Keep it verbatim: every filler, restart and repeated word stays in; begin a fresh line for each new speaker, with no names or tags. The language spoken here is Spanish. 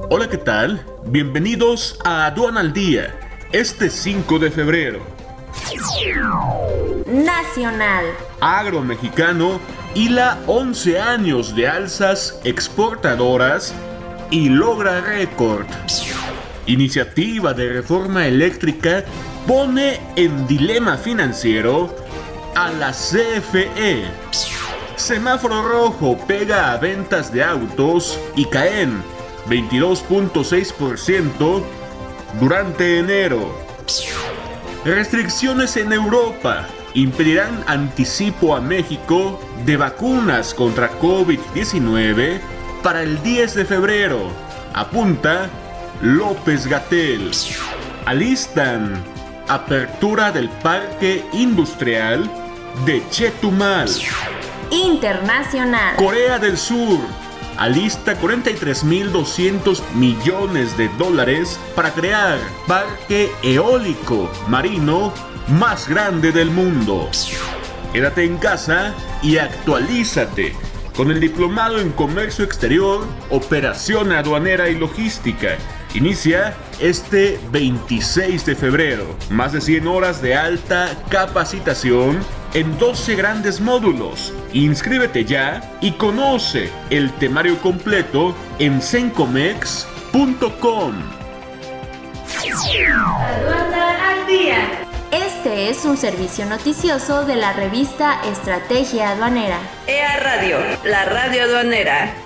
Hola, ¿qué tal? Bienvenidos a Aduana al Día, este cinco de febrero.
Nacional.
Agro mexicano hila once años de alzas exportadoras y logra récord. Iniciativa de reforma eléctrica pone en dilema financiero a la C F E. Semáforo rojo pega a ventas de autos y caen veintidós punto seis por ciento durante enero. Restricciones en Europa impedirán anticipo a México de vacunas contra COVID diecinueve para el diez de febrero, apunta López-Gatell. Alistan apertura del Parque Industrial de Chetumal.
Internacional.
Corea del Sur alista cuarenta y tres mil doscientos millones de dólares para crear parque eólico marino más grande del mundo. Quédate en casa y actualízate con el Diplomado en Comercio Exterior, Operación Aduanera y Logística. Inicia este veintiséis de febrero. Más de cien horas de alta capacitación en doce grandes módulos. Inscríbete ya y conoce el temario completo en sencomex punto com.
Aduana al Día. Este es un servicio noticioso de la revista Estrategia Aduanera.
E A Radio, la radio aduanera.